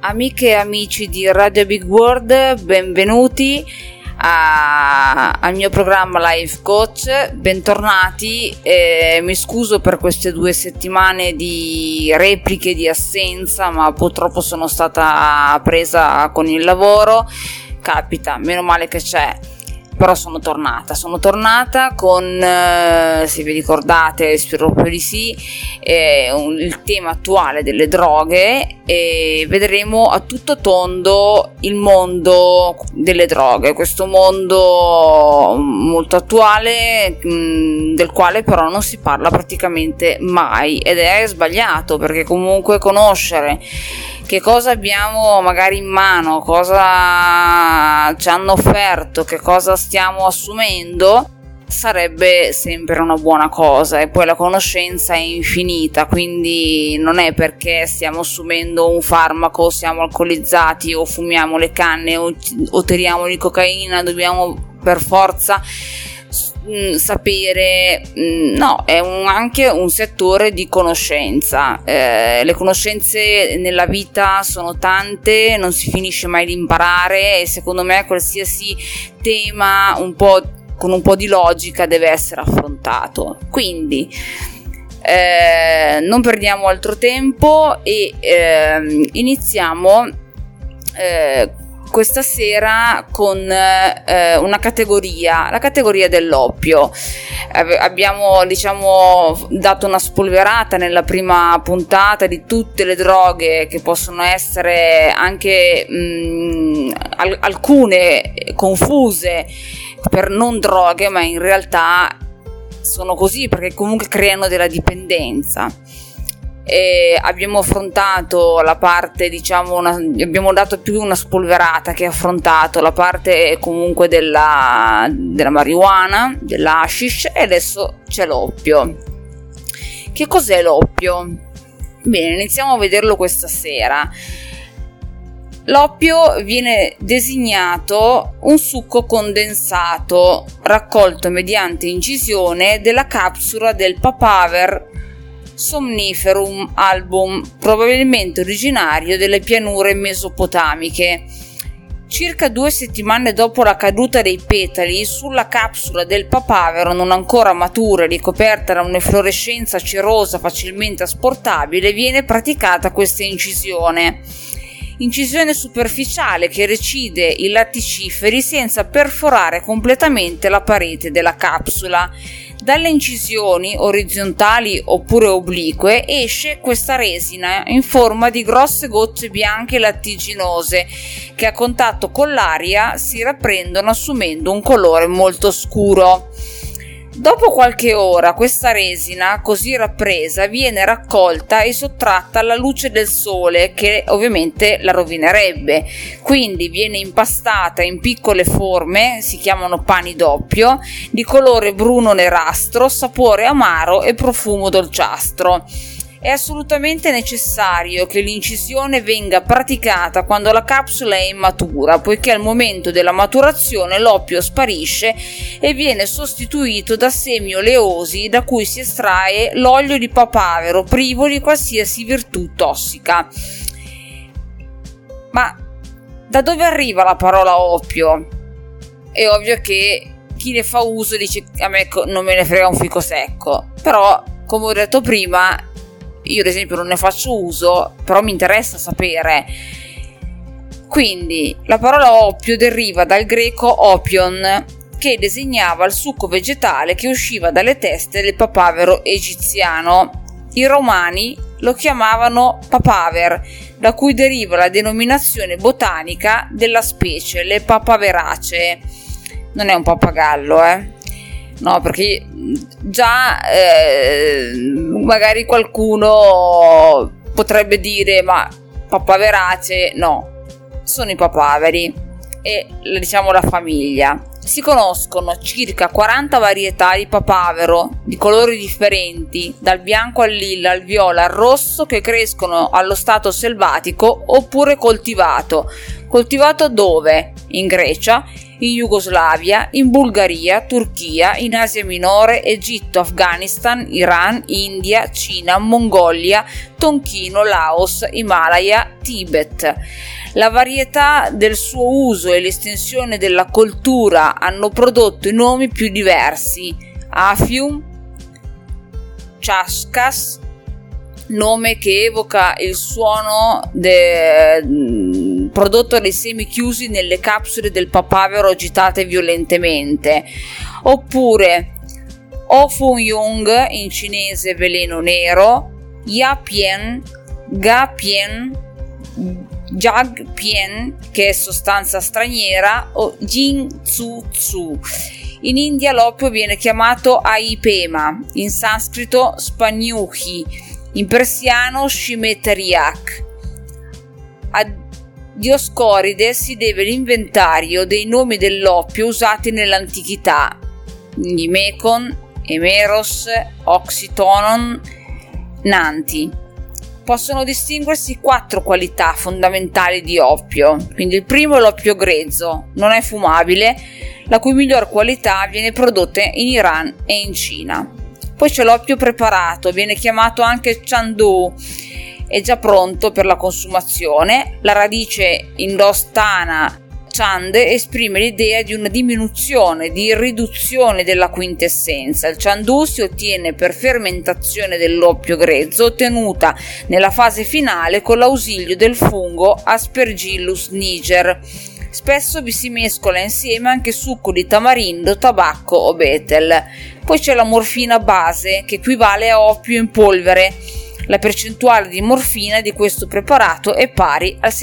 Amiche e amici di Radio Big World, benvenuti al mio programma Life Coach, bentornati. Mi scuso per queste 2 settimane di repliche, di assenza, ma purtroppo sono stata presa con il lavoro. Capita, meno male che c'è. Però sono tornata con, se vi ricordate, spero proprio di sì, il tema attuale delle droghe, e vedremo a tutto tondo il mondo delle droghe, questo mondo molto attuale, del quale però non si parla praticamente mai, ed è sbagliato, perché comunque conoscere che cosa abbiamo magari in mano, cosa ci hanno offerto, che cosa stiamo assumendo, sarebbe sempre una buona cosa. E poi la conoscenza è infinita, quindi non è perché stiamo assumendo un farmaco, siamo alcolizzati o fumiamo le canne o tiriamo di cocaina, dobbiamo per forza sapere. No, è anche un settore di conoscenza. Le conoscenze nella vita sono tante, non si finisce mai di imparare, e secondo me qualsiasi tema con un po' di logica deve essere affrontato. Quindi non perdiamo altro tempo e iniziamo questa sera con una categoria, la categoria dell'oppio. Abbiamo dato una spolverata nella prima puntata di tutte le droghe che possono essere anche alcune confuse per non droghe, ma in realtà sono così perché comunque creano della dipendenza. E abbiamo affrontato la parte, abbiamo dato più una spolverata che affrontato la parte comunque della marijuana, dell'hashish, e adesso c'è l'oppio. Che cos'è l'oppio? Bene, iniziamo a vederlo questa sera. L'oppio viene designato un succo condensato raccolto mediante incisione della capsula del papaver Somniferum album, probabilmente originario delle pianure mesopotamiche. Circa 2 settimane dopo la caduta dei petali, sulla capsula del papavero non ancora matura e ricoperta da un'efflorescenza cerosa facilmente asportabile, viene praticata questa incisione superficiale che recide i latticiferi senza perforare completamente la parete della capsula. Dalle incisioni orizzontali oppure oblique esce questa resina in forma di grosse gocce bianche lattiginose che a contatto con l'aria si rapprendono assumendo un colore molto scuro. Dopo qualche ora questa resina così rappresa viene raccolta e sottratta alla luce del sole, che ovviamente la rovinerebbe, quindi viene impastata in piccole forme, si chiamano pani d'oppio, di colore bruno nerastro, sapore amaro e profumo dolciastro. È assolutamente necessario che l'incisione venga praticata quando la capsula è immatura, poiché al momento della maturazione l'oppio sparisce e viene sostituito da semi oleosi da cui si estrae l'olio di papavero privo di qualsiasi virtù tossica. Ma da dove arriva la parola oppio? È ovvio che chi ne fa uso dice: a me non me ne frega un fico secco, però come ho detto prima, io ad esempio non ne faccio uso, però mi interessa sapere. Quindi la parola oppio deriva dal greco opion, che designava il succo vegetale che usciva dalle teste del papavero egiziano. I romani lo chiamavano papaver, da cui deriva la denominazione botanica della specie, le papaveracee. Non è un pappagallo, No, perché già magari qualcuno potrebbe dire: ma papaveracee? No, sono i papaveri e la famiglia. Si conoscono circa 40 varietà di papavero di colori differenti, dal bianco al lilla, al viola, al rosso, che crescono allo stato selvatico oppure coltivato. Coltivato dove? In Grecia in Jugoslavia, in Bulgaria, Turchia, in Asia Minore, Egitto, Afghanistan, Iran, India, Cina, Mongolia, Tonchino, Laos, Himalaya, Tibet. La varietà del suo uso e l'estensione della coltura hanno prodotto i nomi più diversi: Afium, Chaskas, nome che evoca il suono prodotto dai semi chiusi nelle capsule del papavero agitate violentemente, oppure Ofuyung, in cinese veleno nero, Yapien, Gapien, Jagpien, che è sostanza straniera, o Jin Tzu Tzu. In India l'oppio viene chiamato Aipema, in sanscrito Spagnuhi, in persiano Shimeteriak. A Dioscoride si deve l'inventario dei nomi dell'oppio usati nell'antichità: Mecon, Emeros, Oxytonon, Nanti. Possono distinguersi 4 qualità fondamentali di oppio. Quindi il primo è l'oppio grezzo, non è fumabile, la cui miglior qualità viene prodotta in Iran e in Cina. Poi c'è l'oppio preparato, viene chiamato anche Chandu, è già pronto per la consumazione. La radice indostana Chand esprime l'idea di una diminuzione, di riduzione della quintessenza. Il Chandu si ottiene per fermentazione dell'oppio grezzo, ottenuta nella fase finale con l'ausilio del fungo Aspergillus niger. Spesso vi si mescola insieme anche succo di tamarindo, tabacco o betel. Poi c'è la morfina base, che equivale a oppio in polvere. La percentuale di morfina di questo preparato è pari al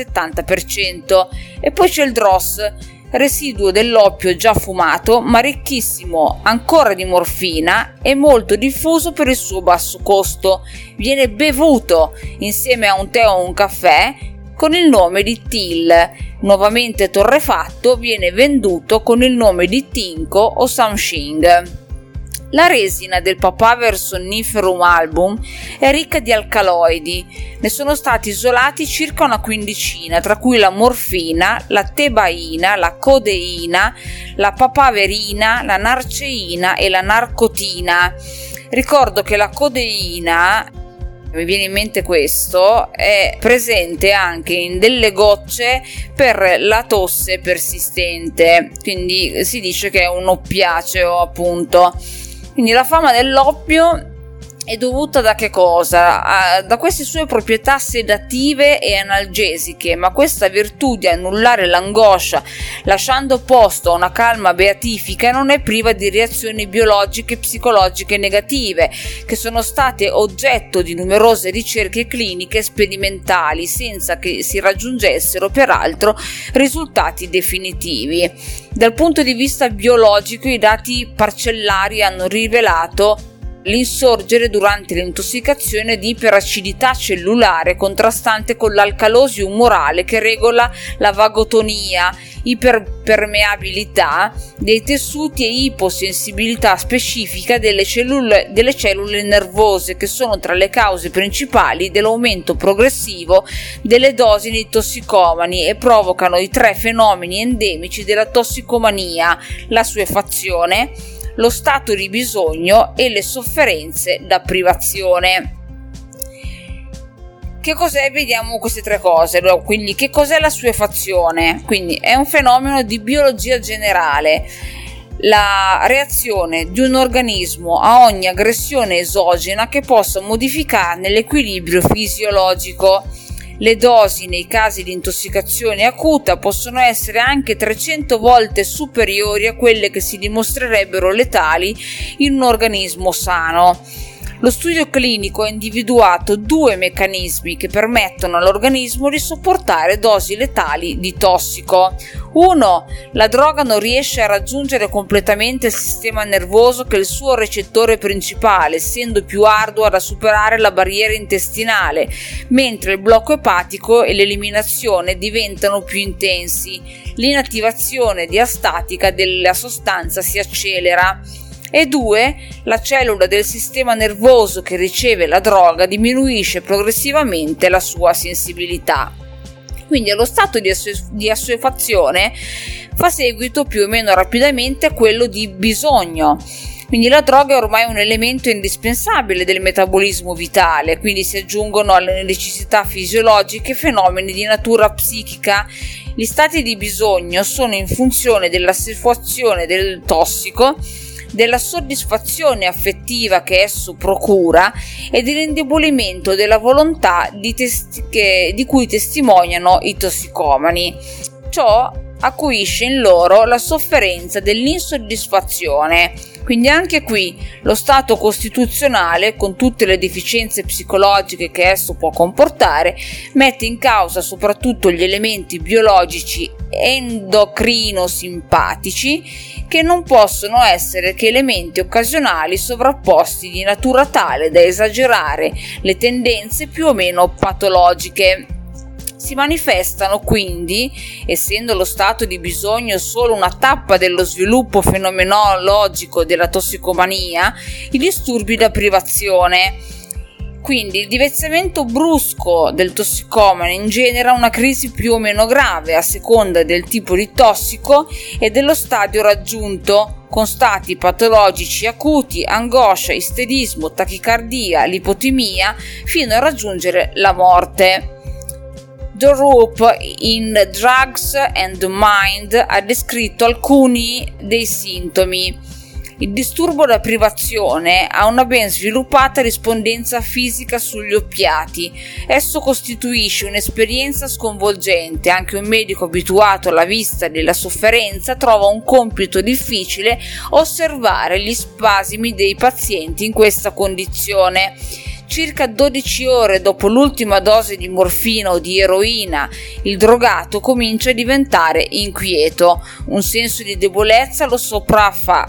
70%. E poi c'è il dross, residuo dell'oppio già fumato, ma ricchissimo ancora di morfina e molto diffuso per il suo basso costo. Viene bevuto insieme a un tè o un caffè con il nome di Til. Nuovamente torrefatto, viene venduto con il nome di Tinko o Samshing. La resina del Papaver somniferum album è ricca di alcaloidi. Ne sono stati isolati circa una quindicina, tra cui la morfina, la tebaina, la codeina, la papaverina, la narceina e la narcotina. Ricordo che la codeina, mi viene in mente questo, è presente anche in delle gocce per la tosse persistente, quindi si dice che è un oppiaceo, appunto. Quindi la fama dell'oppio è dovuta da che cosa? Da queste sue proprietà sedative e analgesiche, ma questa virtù di annullare l'angoscia lasciando posto a una calma beatifica non è priva di reazioni biologiche e psicologiche negative, che sono state oggetto di numerose ricerche cliniche sperimentali senza che si raggiungessero peraltro risultati definitivi. Dal punto di vista biologico, i dati parcellari hanno rivelato l'insorgere durante l'intossicazione di iperacidità cellulare contrastante con l'alcalosi umorale che regola la vagotonia, iperpermeabilità dei tessuti e iposensibilità specifica delle cellule nervose, che sono tra le cause principali dell'aumento progressivo delle dosi di tossicomani e provocano i 3 fenomeni endemici della tossicomania: l'assuefazione, lo stato di bisogno e le sofferenze da privazione. Che cos'è? Vediamo queste 3 cose. Quindi, che cos'è l'assuefazione? Quindi è un fenomeno di biologia generale, la reazione di un organismo a ogni aggressione esogena che possa modificarne l'equilibrio fisiologico. Le dosi nei casi di intossicazione acuta possono essere anche 300 volte superiori a quelle che si dimostrerebbero letali in un organismo sano. Lo studio clinico ha individuato 2 meccanismi che permettono all'organismo di sopportare dosi letali di tossico. 1. La droga non riesce a raggiungere completamente il sistema nervoso, che è il suo recettore principale, essendo più ardua da superare la barriera intestinale, mentre il blocco epatico e l'eliminazione diventano più intensi. L'inattivazione diastatica della sostanza si accelera. E 2. La cellula del sistema nervoso che riceve la droga diminuisce progressivamente la sua sensibilità. Quindi allo stato di assuefazione fa seguito più o meno rapidamente a quello di bisogno. Quindi la droga è ormai un elemento indispensabile del metabolismo vitale, quindi si aggiungono alle necessità fisiologiche fenomeni di natura psichica. Gli stati di bisogno sono in funzione della situazione del tossico, della soddisfazione affettiva che esso procura e dell'indebolimento della volontà di cui testimoniano i tossicomani. Ciò acuisce in loro la sofferenza dell'insoddisfazione. Quindi anche qui lo stato costituzionale, con tutte le deficienze psicologiche che esso può comportare, mette in causa soprattutto gli elementi biologici endocrino-simpatici, che non possono essere che elementi occasionali sovrapposti di natura tale da esagerare le tendenze più o meno patologiche. Si manifestano quindi, essendo lo stato di bisogno solo una tappa dello sviluppo fenomenologico della tossicomania, i disturbi da privazione. Quindi il divezzamento brusco del tossicomane ingenera una crisi più o meno grave a seconda del tipo di tossico e dello stadio raggiunto, con stati patologici acuti, angoscia, isterismo, tachicardia, lipotimia, fino a raggiungere la morte. Dorup in Drugs and the Mind ha descritto alcuni dei sintomi. Il disturbo da privazione ha una ben sviluppata rispondenza fisica sugli oppiati. Esso costituisce un'esperienza sconvolgente. Anche un medico abituato alla vista della sofferenza trova un compito difficile osservare gli spasimi dei pazienti in questa condizione. Circa 12 ore dopo l'ultima dose di morfina o di eroina, il drogato comincia a diventare inquieto. Un senso di debolezza lo sopraffa,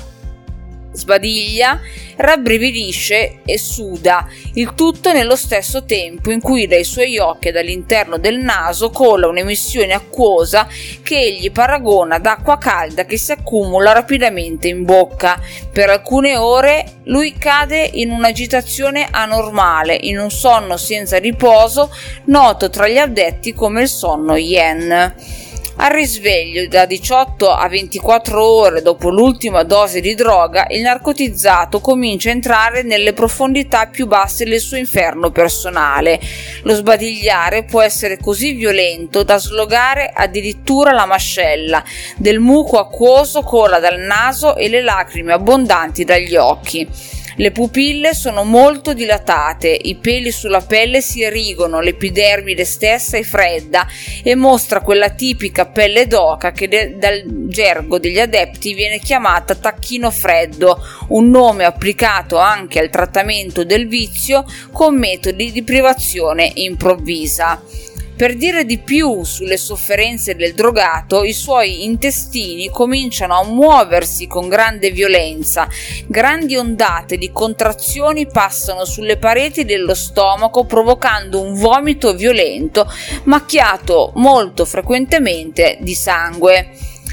sbadiglia, rabbrividisce e suda, il tutto nello stesso tempo in cui dai suoi occhi e dall'interno del naso cola un'emissione acquosa che egli paragona ad acqua calda che si accumula rapidamente in bocca. Per alcune ore lui cade in un'agitazione anormale, in un sonno senza riposo, noto tra gli addetti come il sonno yen. Al risveglio, da 18 a 24 ore dopo l'ultima dose di droga, il narcotizzato comincia a entrare nelle profondità più basse del suo inferno personale. Lo sbadigliare può essere così violento da slogare addirittura la mascella, del muco acquoso cola dal naso e le lacrime abbondanti dagli occhi. Le pupille sono molto dilatate, i peli sulla pelle si erigono, l'epidermide stessa è fredda e mostra quella tipica pelle d'oca che dal gergo degli adepti viene chiamata tacchino freddo, un nome applicato anche al trattamento del vizio con metodi di privazione improvvisa. Per dire di più sulle sofferenze del drogato, i suoi intestini cominciano a muoversi con grande violenza. Grandi ondate di contrazioni passano sulle pareti dello stomaco provocando un vomito violento, macchiato molto frequentemente di sangue.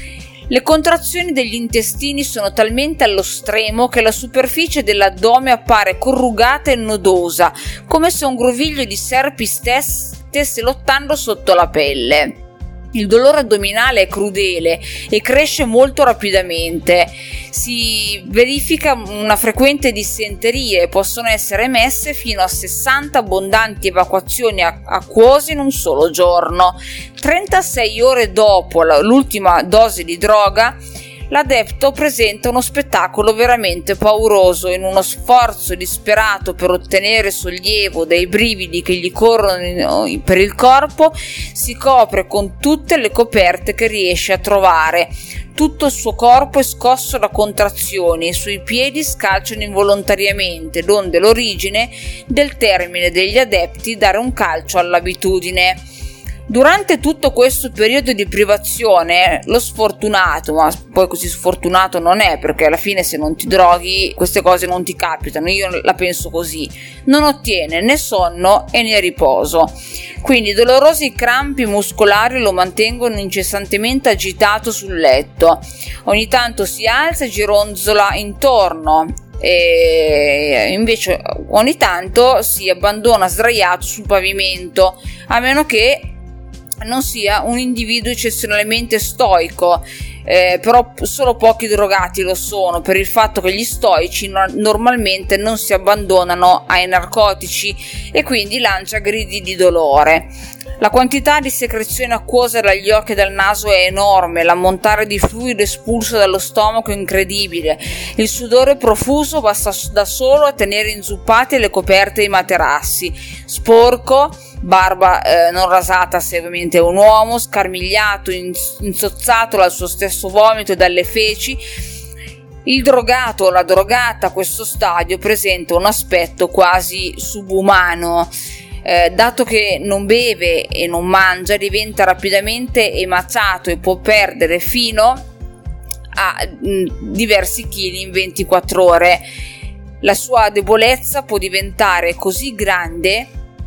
Le contrazioni degli intestini sono talmente allo stremo che la superficie dell'addome appare corrugata e nodosa, come se un groviglio di serpi stesse lottando sotto la pelle. Il dolore addominale è crudele e cresce molto rapidamente. Si verifica una frequente dissenteria e possono essere emesse fino a 60 abbondanti evacuazioni acquose in un solo giorno. 36 ore dopo l'ultima dose di droga, l'adepto presenta uno spettacolo veramente pauroso. In uno sforzo disperato per ottenere sollievo dai brividi che gli corrono per il corpo, si copre con tutte le coperte che riesce a trovare. Tutto il suo corpo è scosso da contrazioni e i suoi piedi scalciano involontariamente, donde l'origine del termine degli adepti dare un calcio all'abitudine. Durante tutto questo periodo di privazione, lo sfortunato, ma poi così sfortunato non è, perché alla fine se non ti droghi queste cose non ti capitano, io la penso così, non ottiene né sonno né riposo. Quindi dolorosi crampi muscolari lo mantengono incessantemente agitato sul letto. Ogni tanto si alza e gironzola intorno, e invece ogni tanto si abbandona sdraiato sul pavimento, a meno che non sia un individuo eccezionalmente stoico, però solo pochi drogati lo sono, per il fatto che gli stoici normalmente non si abbandonano ai narcotici e quindi lancia gridi di dolore. La quantità di secrezione acquosa dagli occhi e dal naso è enorme, l'ammontare di fluido espulso dallo stomaco è incredibile, il sudore profuso basta da solo a tenere inzuppate le coperte e i materassi, sporco, barba non rasata se ovviamente è un uomo, scarmigliato, insozzato dal suo stesso vomito e dalle feci. Il drogato o la drogata a questo stadio presenta un aspetto quasi subumano. Dato che non beve e non mangia, diventa rapidamente emaciato e può perdere fino a diversi chili in 24 ore. La sua debolezza può diventare così grande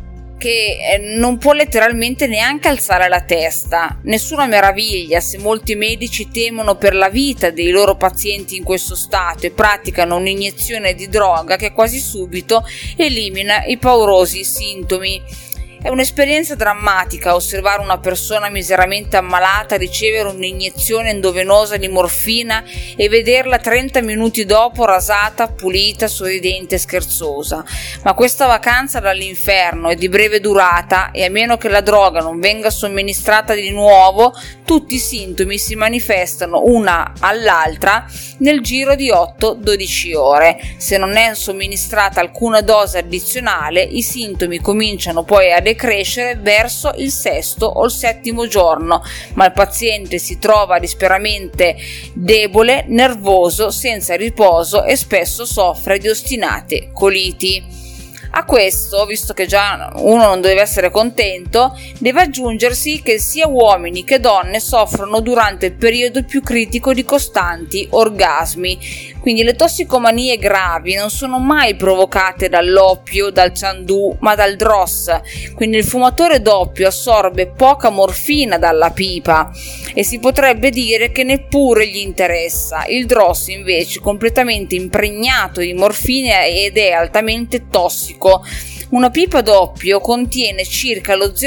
che non può letteralmente neanche alzare la testa. Nessuna meraviglia se molti medici temono per la vita dei loro pazienti in questo stato e praticano un'iniezione di droga che quasi subito elimina i paurosi sintomi. È un'esperienza drammatica osservare una persona miseramente ammalata ricevere un'iniezione endovenosa di morfina e vederla 30 minuti dopo rasata, pulita, sorridente e scherzosa. Ma questa vacanza dall'inferno è di breve durata e a meno che la droga non venga somministrata di nuovo, tutti i sintomi si manifestano una all'altra nel giro di 8-12 ore. Se non è somministrata alcuna dose addizionale, i sintomi cominciano poi a decrescere verso il 6° o il 7° giorno, ma il paziente si trova disperamente debole, nervoso, senza riposo e spesso soffre di ostinate coliti. A questo, visto che già uno non deve essere contento, deve aggiungersi che sia uomini che donne soffrono durante il periodo più critico di costanti orgasmi. Quindi le tossicomanie gravi non sono mai provocate dall'oppio, dal ciandù, ma dal dross. Quindi il fumatore d'oppio assorbe poca morfina dalla pipa e si potrebbe dire che neppure gli interessa. Il dross invece è completamente impregnato di morfina ed è altamente tossico. Una pipa d'oppio contiene circa lo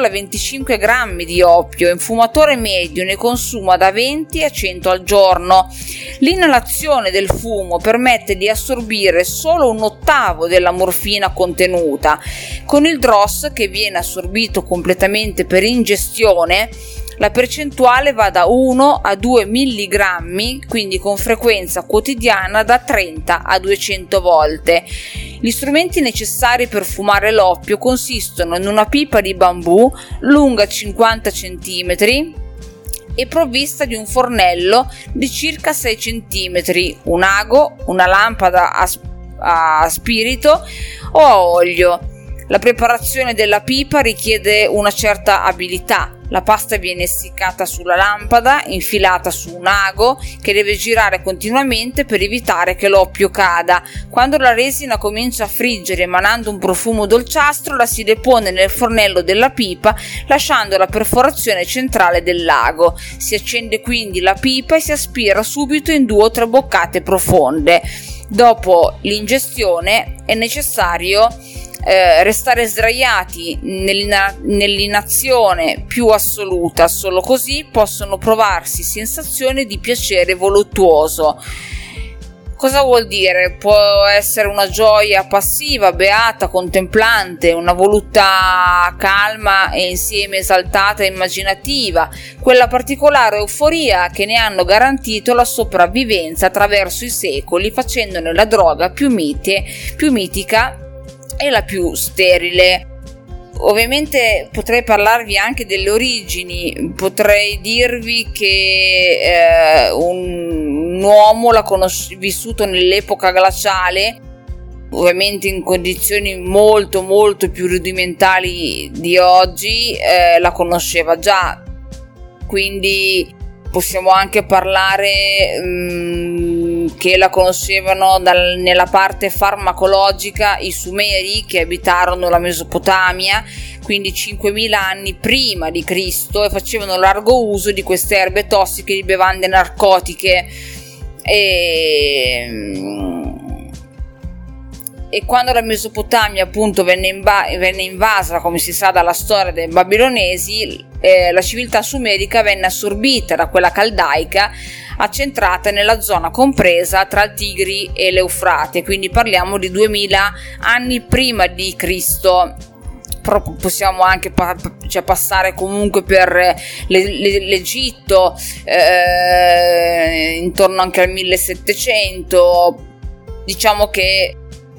0,25 grammi di oppio e un fumatore medio ne consuma da 20 a 100 al giorno. L'inalazione del fumo permette di assorbire solo 1/8 della morfina contenuta. Con il dross, che viene assorbito completamente per ingestione, la percentuale va da 1 a 2 milligrammi, quindi con frequenza quotidiana da 30 a 200 volte. Gli strumenti necessari per fumare l'oppio consistono in una pipa di bambù lunga 50 cm e provvista di un fornello di circa 6 cm, un ago, una lampada a spirito o a olio. La preparazione della pipa richiede una certa abilità. La pasta viene essiccata sulla lampada, infilata su un ago che deve girare continuamente per evitare che l'oppio cada. Quando la resina comincia a friggere emanando un profumo dolciastro, la si depone nel fornello della pipa lasciando la perforazione centrale dell'ago. Si accende quindi la pipa e si aspira subito in 2 o 3 boccate profonde. Dopo l'ingestione è necessario restare sdraiati nell'inazione più assoluta, solo così possono provarsi sensazioni di piacere voluttuoso. Cosa vuol dire? Può essere una gioia passiva, beata, contemplante, una voluta calma e insieme esaltata e immaginativa, quella particolare euforia che ne hanno garantito la sopravvivenza attraverso i secoli, facendone la droga più mitica e la più sterile. Ovviamente potrei parlarvi anche delle origini, potrei dirvi che un uomo l'ha vissuto nell'epoca glaciale, ovviamente in condizioni molto molto più rudimentali di oggi, la conosceva già, quindi possiamo anche parlare che la conoscevano nella parte farmacologica i Sumeri, che abitarono la Mesopotamia, quindi 5000 anni prima di Cristo, e facevano largo uso di queste erbe tossiche di bevande narcotiche. e quando la Mesopotamia appunto venne invasa, come si sa dalla storia dei babilonesi, la civiltà sumerica venne assorbita da quella caldaica, accentrata nella zona compresa tra il Tigri e l'Eufrate, quindi parliamo di 2000 anni prima di Cristo. Però possiamo anche passare comunque per l'Egitto, intorno anche al 1700. Diciamo che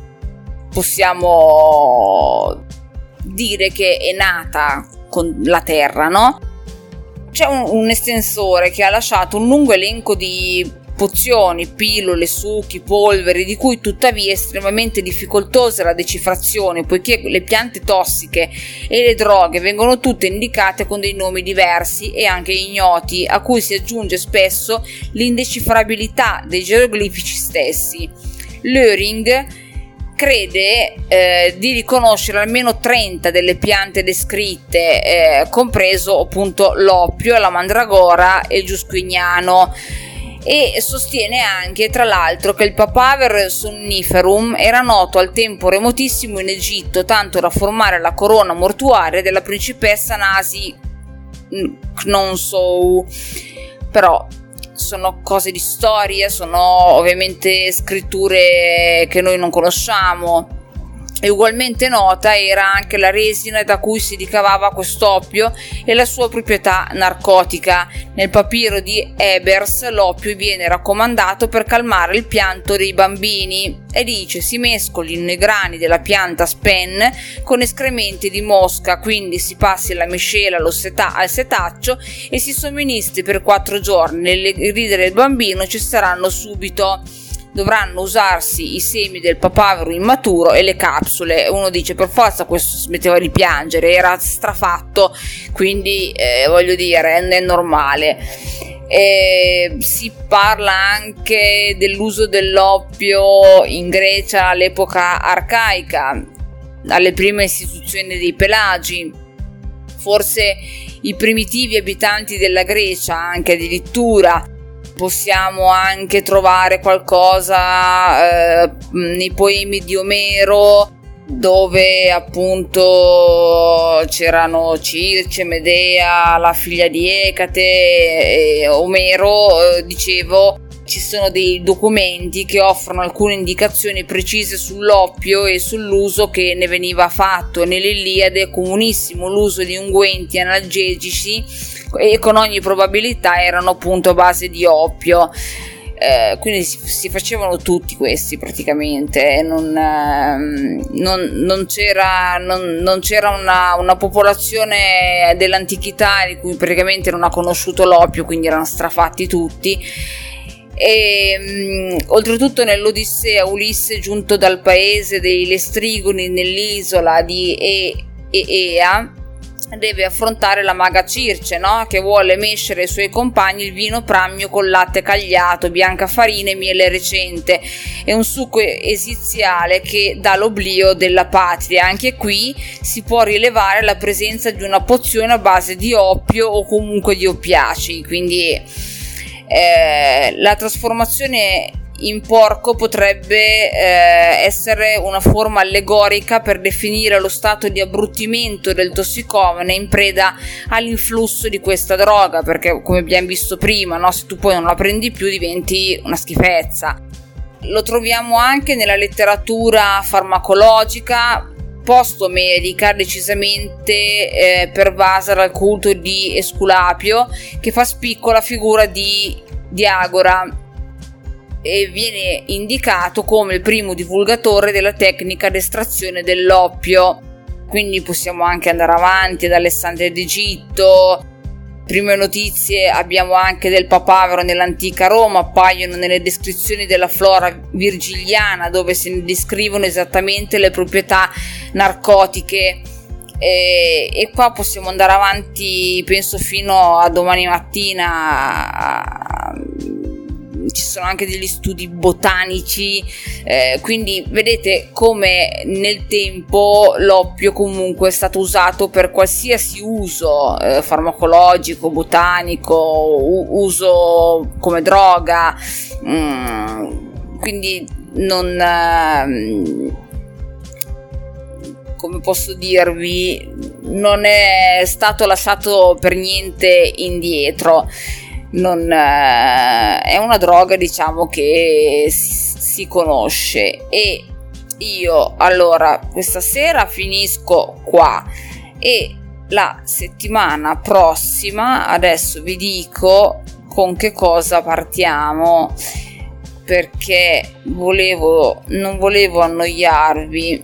possiamo dire che è nata con la terra, no? C'è un estensore che ha lasciato un lungo elenco di pozioni, pillole, succhi, polveri, di cui tuttavia è estremamente difficoltosa la decifrazione, poiché le piante tossiche e le droghe vengono tutte indicate con dei nomi diversi e anche ignoti, a cui si aggiunge spesso l'indecifrabilità dei geroglifici stessi. Löring crede di riconoscere almeno 30 delle piante descritte, compreso appunto l'oppio, la mandragora e il giusquignano, e sostiene anche tra l'altro che il Papaver somniferum era noto al tempo remotissimo in Egitto, tanto da formare la corona mortuaria della principessa Nasi Khonsou. Però sono cose di storia, sono ovviamente scritture che noi non conosciamo. E ugualmente nota era anche la resina da cui si ricavava quest'oppio e la sua proprietà narcotica. Nel papiro di Ebers l'oppio viene raccomandato per calmare il pianto dei bambini e dice si mescolino i grani della pianta spen con escrementi di mosca, quindi si passi la miscela al setaccio e si somministri per 4 giorni. Le grida del bambino cesseranno subito. Dovranno usarsi i semi del papavero immaturo e le capsule. Uno dice per forza questo smetteva di piangere, era strafatto, quindi voglio dire è normale. Si parla anche dell'uso dell'oppio in Grecia all'epoca arcaica, alle prime istituzioni dei Pelagi. Forse i primitivi abitanti della Grecia, anche addirittura. Possiamo anche trovare qualcosa nei poemi di Omero, dove appunto c'erano Circe, Medea, la figlia di Ecate, e Omero, dicevo, ci sono dei documenti che offrono alcune indicazioni precise sull'oppio e sull'uso che ne veniva fatto. Nell'Iliade è comunissimo l'uso di unguenti analgesici e con ogni probabilità erano appunto a base di oppio. Quindi si facevano tutti questi praticamente, non c'era una popolazione dell'antichità di cui praticamente non ha conosciuto l'oppio, quindi erano strafatti tutti. E oltretutto nell'Odissea Ulisse, giunto dal paese dei Lestrigoni nell'isola di Ea, deve affrontare la maga Circe, no? Che vuole mescere ai suoi compagni il vino prammio con latte cagliato, bianca farina e miele recente, e un succo esiziale che dà l'oblio della patria. Anche qui si può rilevare la presenza di una pozione a base di oppio o comunque di oppiaci, quindi la trasformazione in porco potrebbe essere una forma allegorica per definire lo stato di abbruttimento del tossicomane in preda all'influsso di questa droga, perché come abbiamo visto prima, no, se tu poi non la prendi più diventi una schifezza. Lo troviamo anche nella letteratura farmacologica post-omerica, decisamente pervasa dal culto di Esculapio, che fa spicco la figura di Diagora e viene indicato come il primo divulgatore della tecnica d'estrazione dell'oppio. Quindi possiamo anche andare avanti ad Alessandria d'Egitto. Prime notizie abbiamo anche del papavero nell'antica Roma, appaiono nelle descrizioni della flora virgiliana, dove se ne descrivono esattamente le proprietà narcotiche, e qua possiamo andare avanti penso fino a domani mattina. Ci sono anche degli studi botanici, quindi vedete come nel tempo l'oppio comunque è stato usato per qualsiasi uso farmacologico, botanico, uso come droga, quindi come posso dirvi, non è stato lasciato per niente indietro. Non è una droga, diciamo, che si conosce. E io allora questa sera finisco qua e la settimana prossima adesso vi dico con che cosa partiamo, perché non volevo annoiarvi.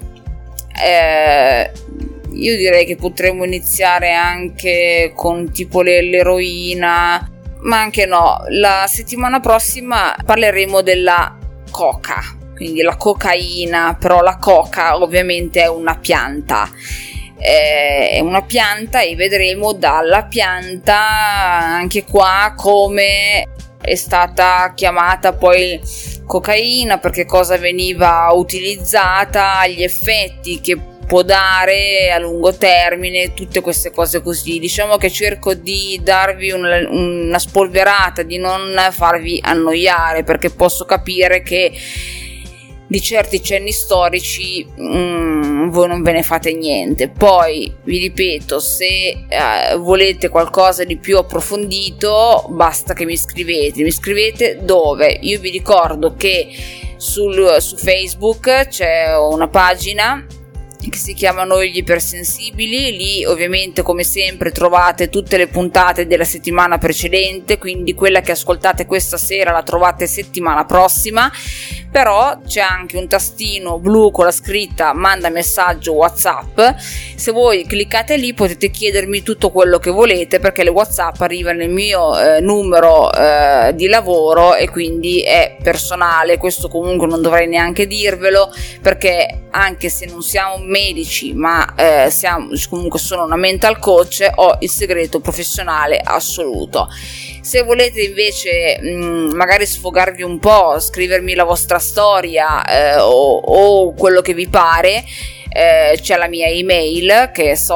Io direi che potremmo iniziare anche con tipo l'eroina, ma anche no. La settimana prossima parleremo della coca, quindi la cocaina, però la coca ovviamente è una pianta. È una pianta e vedremo dalla pianta anche qua come è stata chiamata poi cocaina, perché cosa veniva utilizzata, gli effetti che può dare a lungo termine, tutte queste cose così. Diciamo che cerco di darvi una spolverata, di non farvi annoiare, perché posso capire che di certi cenni storici voi non ve ne fate niente. Poi vi ripeto, se volete qualcosa di più approfondito basta che mi scrivete dove? Io vi ricordo che su Facebook c'è una pagina che si chiama Noi gli ipersensibili. Lì ovviamente come sempre trovate tutte le puntate della settimana precedente, quindi quella che ascoltate questa sera la trovate settimana prossima. Però c'è anche un tastino blu con la scritta manda messaggio WhatsApp. Se voi cliccate lì potete chiedermi tutto quello che volete, perché le WhatsApp arrivano nel mio numero di lavoro e quindi è personale. Questo comunque non dovrei neanche dirvelo, perché anche se non siamo medici ma comunque sono una mental coach, ho il segreto professionale assoluto. Se volete invece magari sfogarvi un po', scrivermi la vostra storia o quello che vi pare, c'è la mia email che è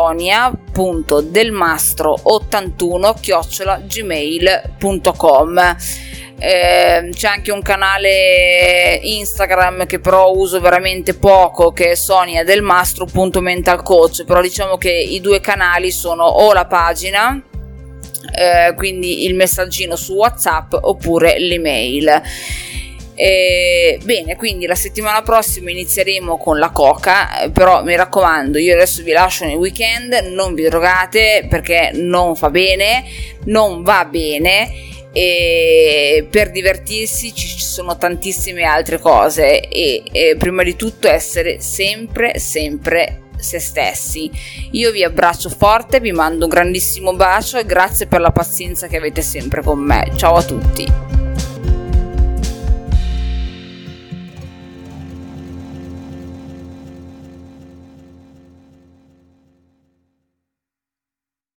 sonia.delmastro81@gmail.com. C'è anche un canale Instagram che però uso veramente poco, che è soniadelmastro.mentalcoach, però diciamo che i due canali sono o la pagina, quindi il messaggino su WhatsApp, oppure l'email. Bene, quindi la settimana prossima inizieremo con la coca, però mi raccomando, io adesso vi lascio nel weekend, non vi drogate perché non fa bene, non va bene, e per divertirsi ci sono tantissime altre cose e prima di tutto essere sempre se stessi. Io vi abbraccio forte, vi mando un grandissimo bacio e grazie per la pazienza che avete sempre con me. Ciao a tutti.